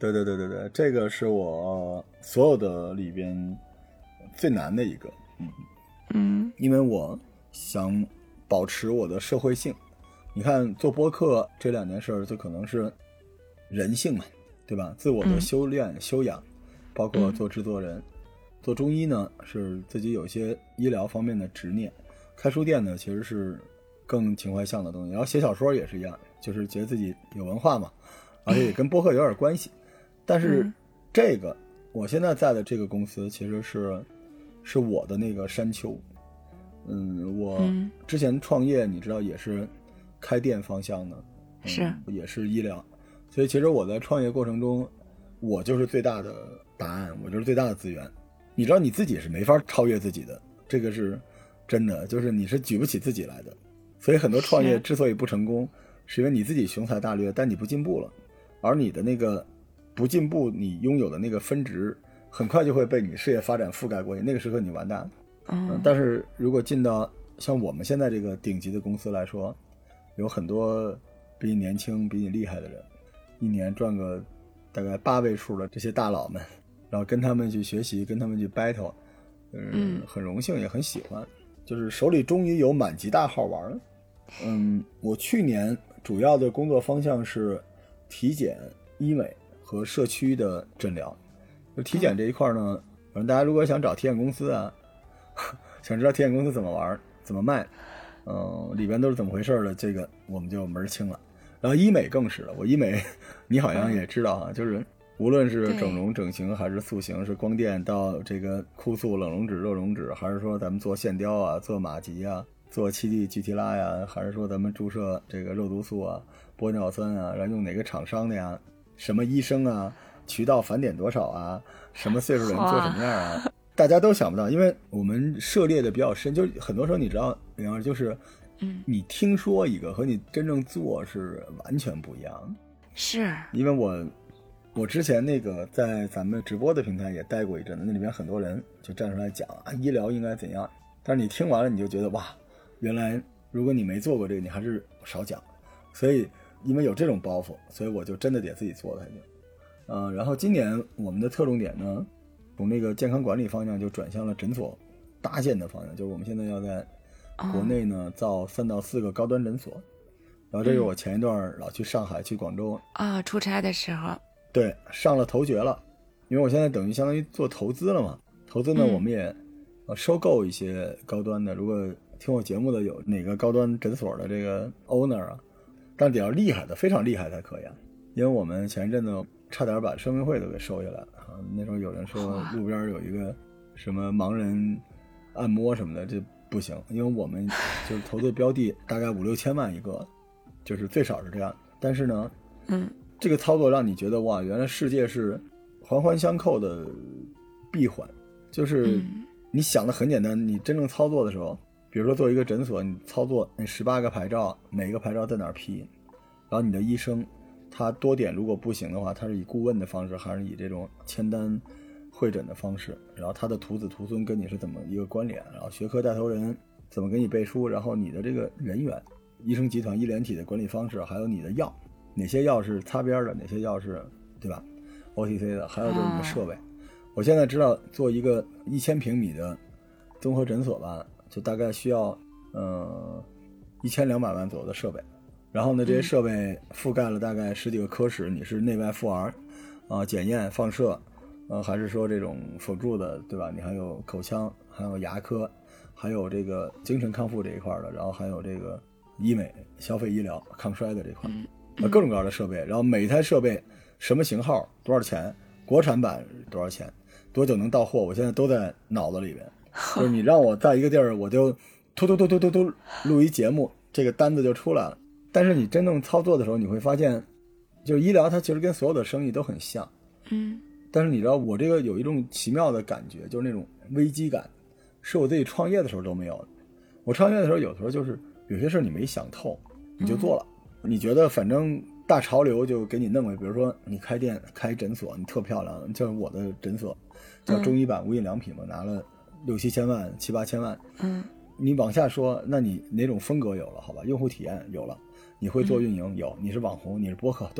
S1: 对对对对对，这个是我所有的里边最难的一个。因为我想保持我的社会性。你看做播客这2件事就可能是人性嘛，对吧？自我的修炼、修养，包括做制作人。做中医呢是自己有些医疗方面的执念，开书店呢其实是更情怀向的东西，然后写小说也是一样，就是觉得自己有文化嘛，而且也跟播客有点关系。但是这个我现在在的这个公司其实是我的那个山丘。我之前创业你知道也是开店方向的，
S2: 是
S1: 也是医疗，所以其实我在创业过程中我就是最大的答案，我就是最大的资源。你知道你自己是没法超越自己的，这个是真的，就是你是举不起自己来的。所以很多创业之所以不成功，是因为你自己雄才大略，但你不进步了，而你的那个不进步，你拥有的那个分值很快就会被你事业发展覆盖过去，那个时候你完蛋。但是如果进到像我们现在这个顶级的公司来说，有很多比你年轻比你厉害的人，一年赚个大概8位数的这些大佬们，然后跟他们去学习，跟他们去 battle，很荣幸也很喜欢，就是手里终于有满级大号玩了。我去年主要的工作方向是体检、医美和社区的诊疗。就体检这一块呢，反正大家如果想找体检公司啊，想知道体检公司怎么玩怎么卖，里边都是怎么回事的，这个我们就门清了。然后医美更是了，我医美你好像也知道啊，就是无论是整容整形还是塑形，是光电到这个酷塑、冷溶脂、热溶脂，还是说咱们做线雕啊、做马吉啊、做7D 聚提拉呀，还是说咱们注射这个肉毒素啊、玻尿酸啊，然后用哪个厂商的呀，什么医生啊，渠道返点多少啊，什么岁数人做什么样啊，大家都想不到，因为我们涉猎的比较深，就很多时候你知道，就是你听说一个和你真正做是完全不一样。
S2: 是
S1: 因为我之前那个在咱们直播的平台也待过一阵子，那里边很多人就站出来讲啊，医疗应该怎样，但是你听完了你就觉得哇，原来如果你没做过这个，你还是少讲。所以因为有这种包袱，所以我就真的得自己做才行。然后今年我们的特重点呢，从那个健康管理方向就转向了诊所搭建的方向，就是我们现在要在国内呢造3到4个高端诊所。然后这是我前一段老去上海去广州
S2: 出差的时候，
S1: 对，上了头角了。因为我现在等于相当于做投资了嘛，投资呢我们也收购一些高端的，如果听我节目的有哪个高端诊所的这个 owner 啊，但得要厉害的，非常厉害才可以啊。因为我们前一阵子差点把生命会都给收下来啊，那时候有人说路边有一个什么盲人按摩什么的，这不行，因为我们就是投资标的大概5、6千万一个，就是最少是这样。但是呢这个操作让你觉得哇，原来世界是环环相扣的闭环，就是你想的很简单，你真正操作的时候，比如说做一个诊所，你操作那18个牌照，每个牌照在哪儿批，然后你的医生他多点如果不行的话，他是以顾问的方式还是以这种签单会诊的方式，然后他的徒子徒孙跟你是怎么一个关联，然后学科带头人怎么给你背书，然后你的这个人员医生集团医联体的管理方式，还有你的药，哪些药是擦边的，哪些药是对吧 OTC 的，还有就是你的设备。我现在知道做一个1000平米的综合诊所吧，就大概需要1200万左右的设备。然后呢，这些设备覆盖了大概10几个科室，你是内外妇儿检验放射还是说这种辅助的，对吧？你还有口腔，还有牙科，还有这个精神康复这一块的，然后还有这个医美、消费医疗、抗衰的这块，各种各样的设备。然后每一台设备什么型号多少钱，国产版多少钱，多久能到货，我现在都在脑子里边。就是你让我在一个地儿，我就突录一节目，这个单子就出来了。但是你真正操作的时候，你会发现，就是医疗它其实跟所有的生意都很像，但是你知道我这个有一种奇妙的感觉，就是那种危机感，是我自己创业的时候都没有的。我创业的时候，有时候就是有些事你没想透，你就做了，你觉得反正大潮流就给你弄了。比如说你开店开诊所，你特漂亮，就是我的诊所叫中医版无印良品嘛，拿了6、7千万、7、8千万。你往下说，那你哪种风格有了，好吧？用户体验有了，你会做运营有，你是网红，你是播客都有，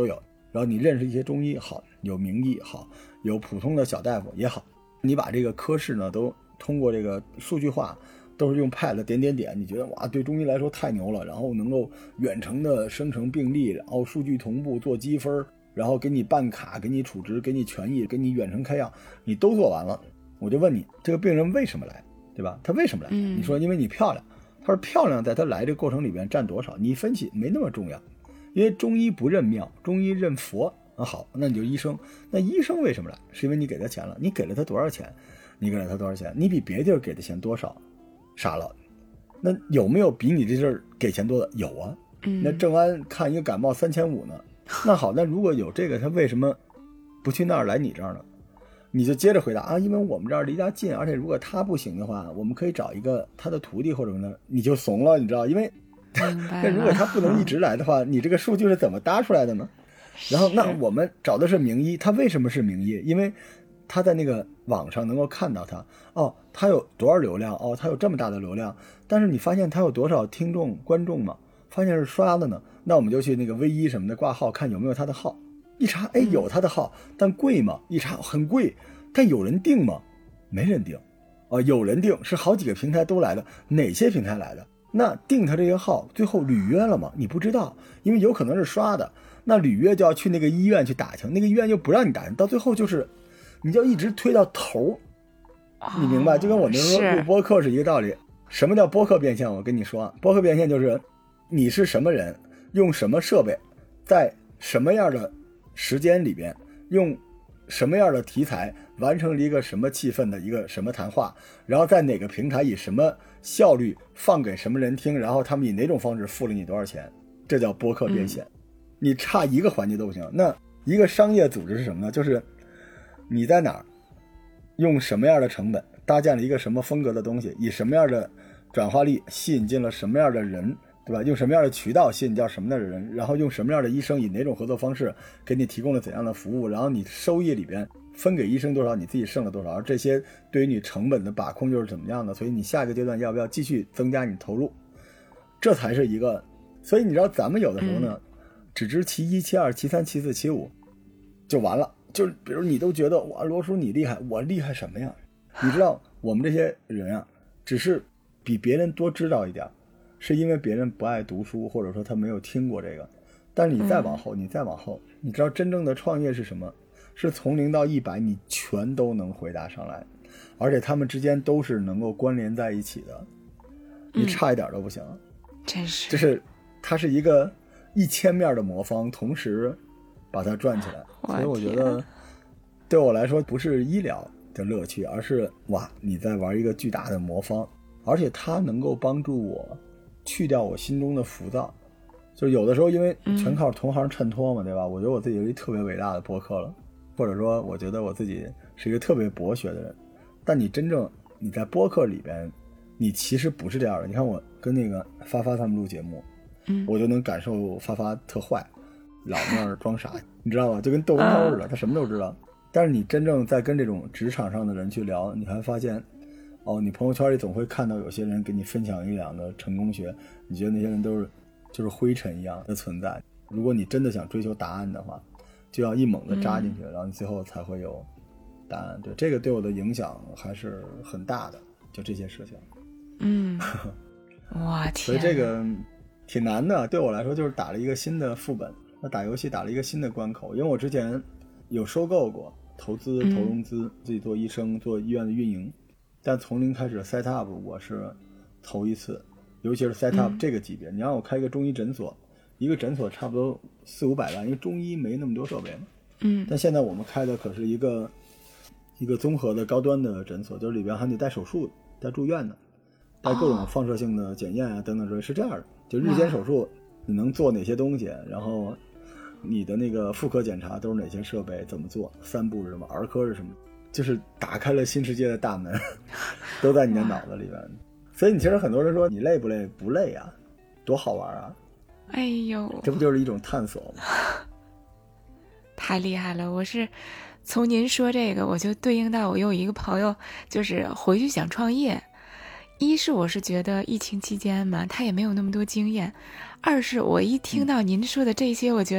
S1: 然后你认识一些中医好，有名医好，有普通的小大夫也好，你把这个科室呢都通过这个数据化，都是用 Pad 点点点，你觉得哇，对中医来说太牛了，然后能够远程的生成病例，然后数据同步做积分，然后给你办卡，给你储值，给你权益，给你远程开药，你都做完了，我就问你，这个病人为什么来，对吧？他为什么来？你说因为你漂亮，他说漂亮在他来这个过程里边占多少？你分析没那么重要，因为中医不认庙，中医认佛。好，那你就医生，那医生为什么来？是因为你给他钱了，你给了他多少钱？你给了他多少钱？你比别地儿给的钱多少？傻了。那有没有比你这地儿给钱多的？有啊。那正安看一个感冒3500呢。那好，那如果有这个，他为什么不去那儿来你这儿呢？你就接着回答啊，因为我们这儿离家近，而且如果他不行的话，我们可以找一个他的徒弟或者什么的，你就怂了，你知道？因为那如果他不能一直来的话，你这个数据是怎么搭出来的呢？然后那我们找的是名医，他为什么是名医？因为他在那个网上能够看到他，哦，他有多少流量，哦，他有这么大的流量，但是你发现他有多少听众观众吗？发现是刷的呢，那我们就去那个微医什么的挂号，看有没有他的号，一查，哎，有他的号，但贵吗？一查很贵，但有人订吗？没人订，有人订，是好几个平台都来的，哪些平台来的？那订他这个号，最后履约了吗？你不知道，因为有可能是刷的。那履约就要去那个医院去打听，那个医院又不让你打听，到最后就是你就一直推到头，你明白？就跟我那时候录播客是一个道理。什么叫播客变现？我跟你说，播客变现就是你是什么人，用什么设备，在什么样的时间里边，用什么样的题材完成了一个什么气氛的一个什么谈话，然后在哪个平台以什么效率放给什么人听，然后他们以哪种方式付了你多少钱，这叫播客变现。你差一个环节都不行。那一个商业组织是什么呢？就是你在哪儿用什么样的成本搭建了一个什么风格的东西，以什么样的转化率吸引进了什么样的人，对吧？用什么样的渠道吸引到什么样的人，然后用什么样的医生以哪种合作方式给你提供了怎样的服务，然后你收益里边分给医生多少，你自己剩了多少，而这些对于你成本的把控又是怎么样的，所以你下一个阶段要不要继续增加你投入，这才是一个。所以你知道咱们有的时候呢，只知其一其二其三其四其五就完了，就是比如你都觉得哇，罗叔你厉害，我厉害什么呀？你知道我们这些人啊，只是比别人多知道一点，是因为别人不爱读书，或者说他没有听过这个。但是你再往后，你知道真正的创业是什么？是从0到100你全都能回答上来，而且他们之间都是能够关联在一起的，你差一点都不行。
S2: 真是，
S1: 就是它是一个1000面的魔方，同时把它转起来。所以我觉得对我来说不是医疗的乐趣，而是哇，你在玩一个巨大的魔方，而且它能够帮助我去掉我心中的浮躁。就是有的时候因为全靠同行衬托嘛，对吧？我觉得我自己有一特别伟大的播客了，或者说我觉得我自己是一个特别博学的人。但你真正你在播客里边，你其实不是这样的。你看我跟那个发发他们录节目，我就能感受发发特坏，老那儿装傻，你知道吧？就跟窦文涛似的，他什么都知道。但是你真正在跟这种职场上的人去聊，你还发现，你朋友圈里总会看到有些人给你分享1-2个成功学，你觉得那些人都是就是灰尘一样的存在。如果你真的想追求答案的话，就要一猛的扎进去，然后你最后才会有答案。对，这个对我的影响还是很大的，就这些事情。
S2: 哇天！
S1: 所以这个挺难的，对我来说就是打了一个新的副本。那打游戏打了一个新的关口，因为我之前有收购过、投资、投融资，自己做医生、做医院的运营，但从零开始 set up 我是头一次，尤其是 set up 这个级别。你让我开一个中医诊所，一个诊所差不多400-500万，因为中医没那么多设备嘛。但现在我们开的可是一个综合的高端的诊所，就是里边还得带手术、带住院的。带各种放射性的检验啊等等之类，是这样的。就日间手术你能做哪些东西，然后你的那个妇科检查都是哪些设备，怎么做，3步是什么，儿科是什么，就是打开了新世界的大门都在你的脑子里边。所以你其实很多人说你累不累？不累啊，多好玩啊。
S2: 哎呦，
S1: 这不就是一种探索吗？
S2: 太厉害了。我是从您说这个我就对应到我有一个朋友就是回去想创业。一是我是觉得疫情期间嘛，他也没有那么多经验；二是我一听到您说的这些，我觉得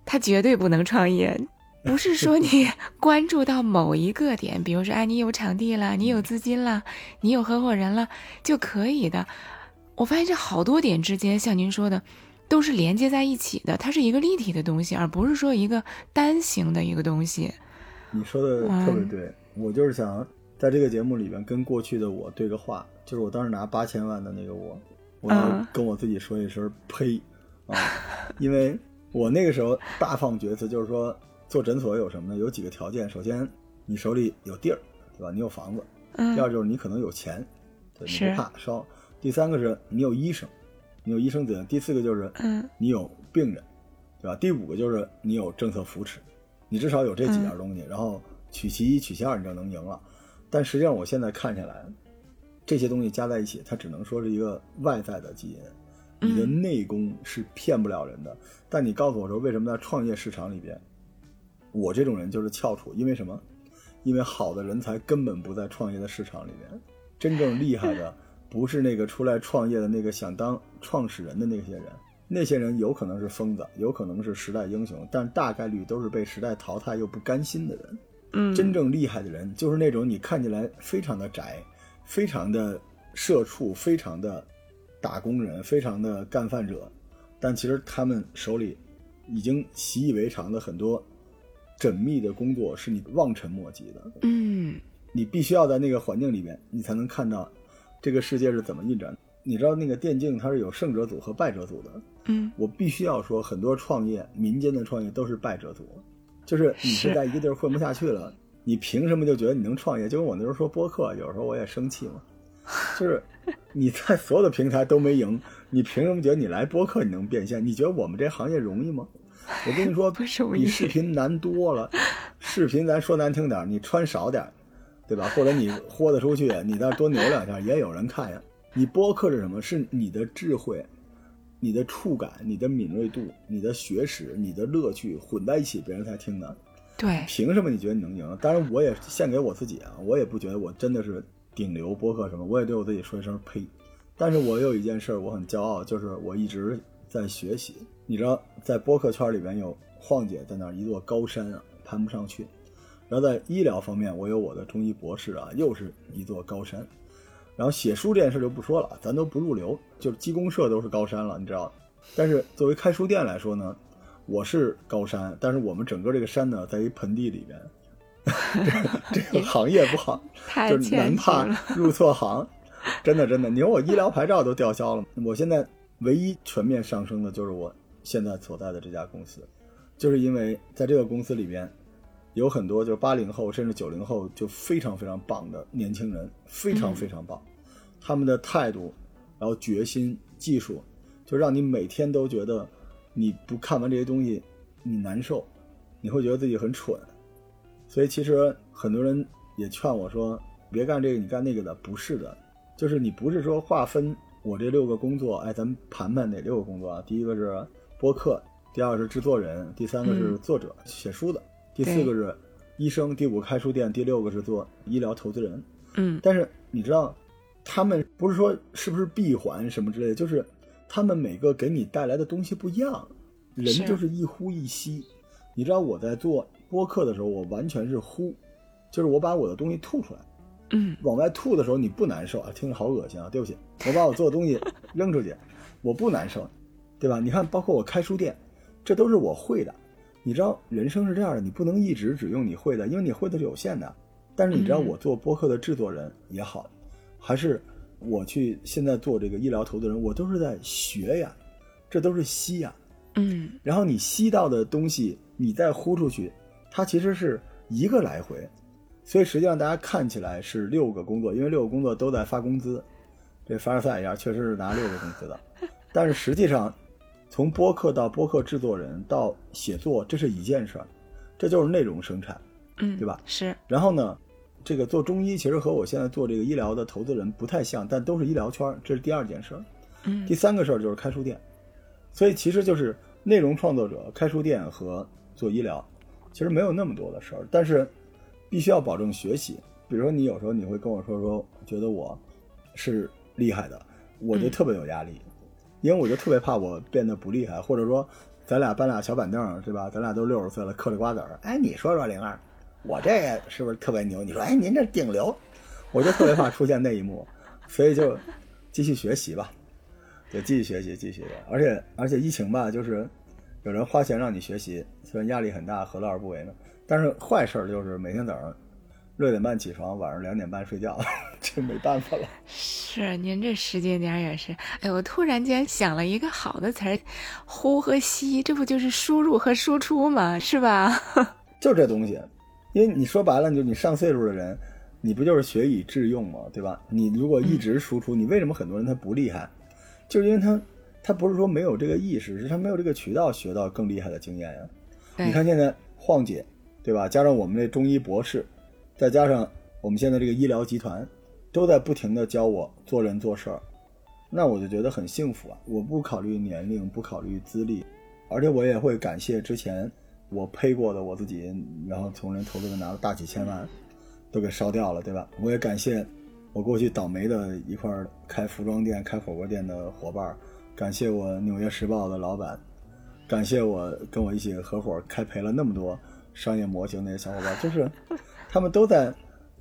S2: 他绝对不能创业。不是说你关注到某一个点，比如说你有场地了，你有资金了，你有合伙人了就可以的。我发现这好多点之间，像您说的都是连接在一起的，它是一个立体的东西，而不是说一个单行的一个东西。
S1: 你说的特别对，我就是想在这个节目里边跟过去的我对个话，就是我当时拿8000万的那个我要跟我自己说一声呸啊，因为我那个时候大放厥词，就是说做诊所有什么呢？有几个条件，首先你手里有地儿，对吧？你有房子。第二就是你可能有钱，对，你不怕烧。第三个是你有医生，你有医生资源。第四个就是你有病人，对吧？第五个就是你有政策扶持，你至少有这几样东西，然后取其一取其二，你就能赢了。但实际上我现在看下来，这些东西加在一起，它只能说是一个外在的基因，你的内功是骗不了人的。但你告诉我说，为什么在创业市场里边我这种人就是翘楚？因为什么？因为好的人才根本不在创业的市场里面，真正厉害的不是那个出来创业的那个想当创始人的那些人，那些人有可能是疯子，有可能是时代英雄，但大概率都是被时代淘汰又不甘心的人。真正厉害的人就是那种你看起来非常的宅，非常的社畜，非常的打工人，非常的干饭者，但其实他们手里已经习以为常的很多缜密的工作是你望尘莫及的。你必须要在那个环境里面，你才能看到这个世界是怎么运转。你知道那个电竞它是有胜者组和败者组的。我必须要说，很多创业，民间的创业都是败者组，就是你是在一个地儿混不下去了，你凭什么就觉得你能创业？就跟我那时候说播客，有时候我也生气嘛，就是你在所有的平台都没赢，你凭什么觉得你来播客你能变现？你觉得我们这行业容易吗？我跟你说，比视频难多了。视频咱说难听点，你穿少点，对吧？或者你豁得出去，你再多扭两下也有人看呀。你播客是什么？是你的智慧、你的触感、你的敏锐度、你的学识、你的乐趣混在一起，别人才听的。
S2: 对，
S1: 凭什么你觉得你能赢？当然我也献给我自己啊，我也不觉得我真的是顶流播客什么，我也对我自己说一声呸。但是我有一件事我很骄傲，就是我一直在学习。你知道在播客圈里边有晃姐在那儿一座高山啊，攀不上去。然后在医疗方面我有我的中医博士啊，又是一座高山。然后写书这件事就不说了，咱都不入流，就是鸡公社都是高山了，你知道。但是作为开书店来说呢，我是高山，但是我们整个这个山呢在一盆地里边。这个行业不好，就是难怕入错行。真的你说我医疗牌照都吊销了，我现在唯一全面上升的就是我现在所在的这家公司，就是因为在这个公司里边有很多就80后甚至90后就非常非常棒的年轻人，非常非常棒。他们的态度，然后决心、技术，就让你每天都觉得你不看完这些东西你难受，你会觉得自己很蠢。所以其实很多人也劝我说别干这个你干那个的，不是的，就是你不是说划分我这6个工作，咱们盘盘哪6个工作啊？第一个是播客，第二个是制作人，第三个是作者，写书的，第4个是医生，第5个开书店，第6个是做医疗投资人。但是你知道他们不是说是不是闭环什么之类的，就是他们每个给你带来的东西不一样，人就是一呼一吸。你知道我在做播客的时候我完全是呼，就是我把我的东西吐出来，往外吐的时候你不难受啊，听着好恶心啊，对不起，我把我做的东西扔出去我不难受，对吧？你看包括我开书店，这都是我会的。你知道人生是这样的，你不能一直只用你会的，因为你会的是有限的。但是你知道我做播客的制作人也好，还是我去现在做这个医疗投资人，我都是在学呀，这都是吸呀。然后你吸到的东西你再呼出去，它其实是一个来回。所以实际上大家看起来是6个工作，因为6个工作都在发工资，这凡尔赛一样确实是拿6个工资的。但是实际上从播客到播客制作人到写作，这是一件事儿，这就是内容生产，对吧？
S2: 是。
S1: 然后呢，这个做中医其实和我现在做这个医疗的投资人不太像，但都是医疗圈，这是第2件事。第3个事儿就是开书店。所以其实就是内容创作者、开书店和做医疗，其实没有那么多的事儿，但是必须要保证学习。比如说你有时候你会跟我说觉得我是厉害的，我就特别有压力，因为我就特别怕我变得不厉害，或者说咱俩搬俩小板凳，对吧？咱俩都60岁了，嗑着瓜子儿。哎，你说说02，我这个是不是特别牛？你说，哎，您这顶流，我就特别怕出现那一幕，所以就继续学习吧，对，继续学习，继续。而且疫情吧，就是有人花钱让你学习，虽然压力很大，何乐而不为呢？但是坏事就是每天早上6点半起床，晚上2点半睡觉，这没办法了。
S2: 是，您这时间点也是。哎，我突然间想了一个好的词儿，呼和吸，这不就是输入和输出吗？是吧？
S1: 就这东西，因为你说白了，就你上岁数的人，你不就是学以致用吗？对吧？你如果一直输出，你为什么很多人他不厉害？就是因为他不是说没有这个意识，是他没有这个渠道学到更厉害的经验呀。你看现在晃姐，对吧？加上我们这中医博士，再加上我们现在这个医疗集团，都在不停的教我做人做事儿，那我就觉得很幸福啊！我不考虑年龄，不考虑资历，而且我也会感谢之前我呸过的我自己，然后从人投资人拿了大几千万，都给烧掉了，对吧？我也感谢我过去倒霉的一块开服装店、开火锅店的伙伴，感谢我纽约时报的老板，感谢我跟我一起合伙开赔了那么多商业模型那些小伙伴，就是他们都在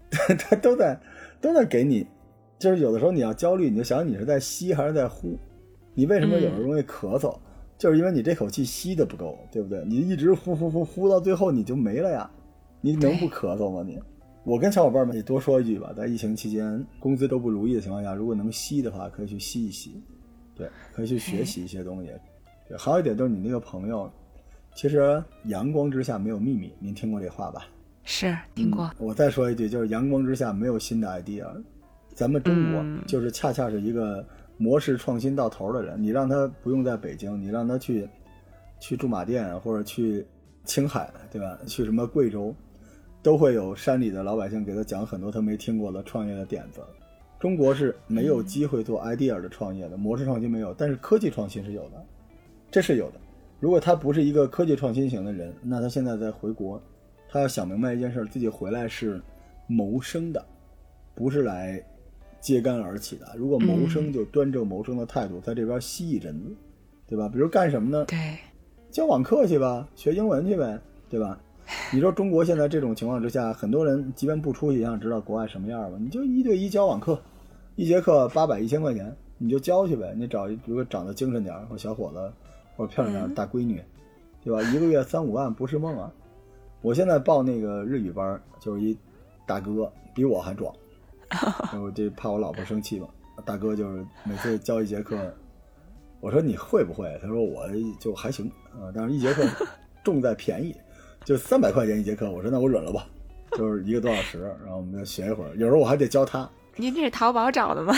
S1: 给你，就是有的时候你要焦虑，你就想你是在吸还是在呼，你为什么有时候容易咳嗽，就是因为你这口气吸的不够，对不对？你一直呼到最后你就没了呀，你能不咳嗽吗你？我跟小伙伴们也多说一句吧，在疫情期间工资都不如意的情况下，如果能吸的话可以去吸一吸，对，可以去学习一些东西。对，还有一点就是你那个朋友，其实阳光之下没有秘密，您听过这话吧？
S2: 是听过。
S1: 我再说一句，就是阳光之下没有新的 idea。咱们中国就是恰恰是一个模式创新到头的人，你让他不用在北京，你让他去驻马店或者去青海，对吧？去什么贵州，都会有山里的老百姓给他讲很多他没听过的创业的点子。中国是没有机会做 idea 的创业的，模式创新没有，但是科技创新是有的，这是有的。如果他不是一个科技创新型的人，那他现在在回国，他要想明白一件事，自己回来是谋生的，不是来揭竿而起的。如果谋生就端正谋生的态度，在这边吸一阵子，对吧？比如干什么呢？
S2: 对，
S1: 教网课去吧，学英文去呗，对吧？你说中国现在这种情况之下，很多人即便不出去也想知道国外什么样吧？你就1对1教网课，一节课800、1000块钱，你就教去呗。你找一个长得精神点或小伙子，或者漂亮点大闺女，对吧？1个月3-5万不是梦啊！我现在报那个日语班，就是一大哥比我还壮，我这怕我老婆生气嘛。大哥就是每次教一节课，我说你会不会？他说我就还行啊，但是一节课重在便宜，就300块钱一节课。我说那我忍了吧，就是1个多小时，然后我们就学一会儿。有时候我还得教他。
S2: 您这是淘宝找的吗？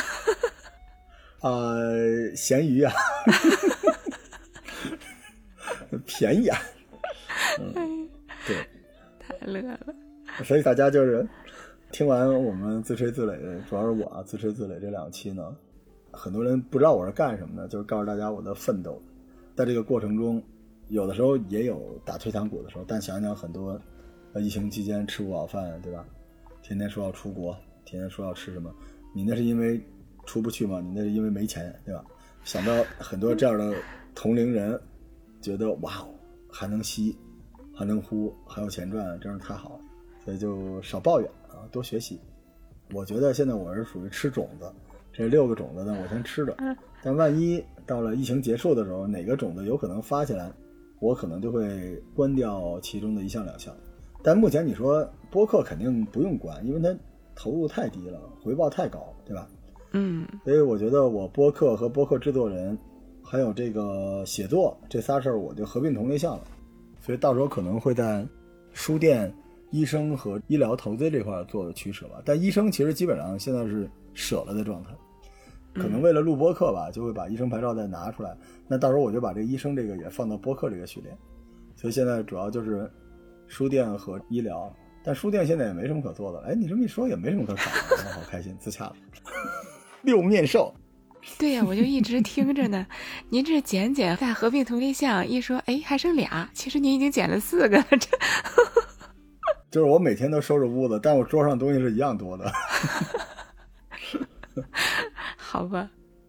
S1: 闲鱼啊，便宜啊。对，
S2: 太乐了。
S1: 所以大家就是听完我们自吹自擂的，主要是我自吹自擂这2期呢，很多人不知道我是干什么的，就是告诉大家我的奋斗。在这个过程中，有的时候也有打退堂鼓的时候，但想想很多疫情期间吃不饱饭，对吧？天天说要出国，天天说要吃什么，你那是因为出不去吗？你那是因为没钱，对吧？想到很多这样的同龄人，觉得哇，还能吸还能呼还有钱赚，真是太好了。所以就少抱怨啊，多学习。我觉得现在我是属于吃种子，这6个种子呢我先吃着，但万一到了疫情结束的时候，哪个种子有可能发起来，我可能就会关掉其中的1项2项。但目前你说播客肯定不用关，因为它投入太低了，回报太高，对吧？所以我觉得我播客和播客制作人还有这个写作这仨事儿我就合并同类项了。所以到时候可能会在书店、医生和医疗投资这块做的取舍吧。但医生其实基本上现在是舍了的状态，可能为了录播客吧，就会把医生牌照再拿出来。那到时候我就把这个医生这个也放到播客这个序列。所以现在主要就是书店和医疗，但书店现在也没什么可做的。哎，你这么一说也没什么可搞的，我好开心，自洽了。6面兽。
S2: 对呀，我就一直听着呢。您这减再合并同类项，一说哎还剩俩，其实您已经减了4个了。这
S1: 就是我每天都收拾屋子，但我桌上东西是一样多的。
S2: 好吧，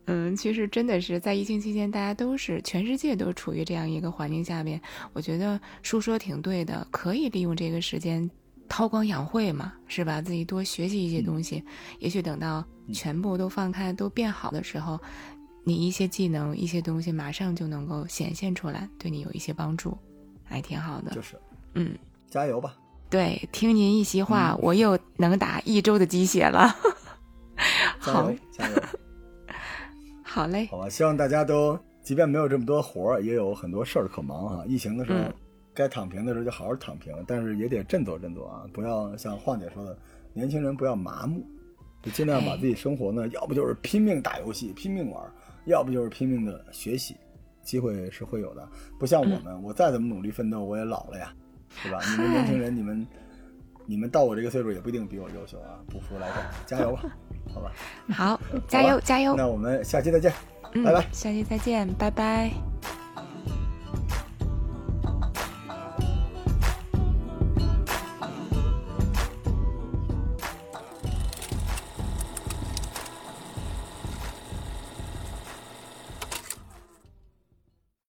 S2: 其实真的是在疫情期间，大家都是全世界都处于这样一个环境下面，我觉得叔说挺对的，可以利用这个时间韬光养晦嘛，是吧？自己多学习一些东西，也许等到全部都放开、都变好的时候，你一些技能、一些东西马上就能够显现出来，对你有一些帮助，还挺好的。
S1: 就是，
S2: 加
S1: 油吧！
S2: 对，听您一席话，我又能打1周的鸡血了。
S1: 好，加油！
S2: 好嘞，
S1: 好吧，希望大家都，即便没有这么多活儿，也有很多事儿可忙哈。疫情的时候，该躺平的时候就好好躺平，但是也得振作振作啊！不要像晃姐说的，年轻人不要麻木，就尽量把自己生活呢，要不就是拼命打游戏、拼命玩，要不就是拼命的学习，机会是会有的。不像我们，我再怎么努力奋斗，我也老了呀，是吧？你们年轻人，你们到我这个岁数也不一定比我优秀啊！不服来战，加油吧！好吧，
S2: 好，加油加油！
S1: 那我们下期再见，拜拜。
S2: 下期再见，拜拜。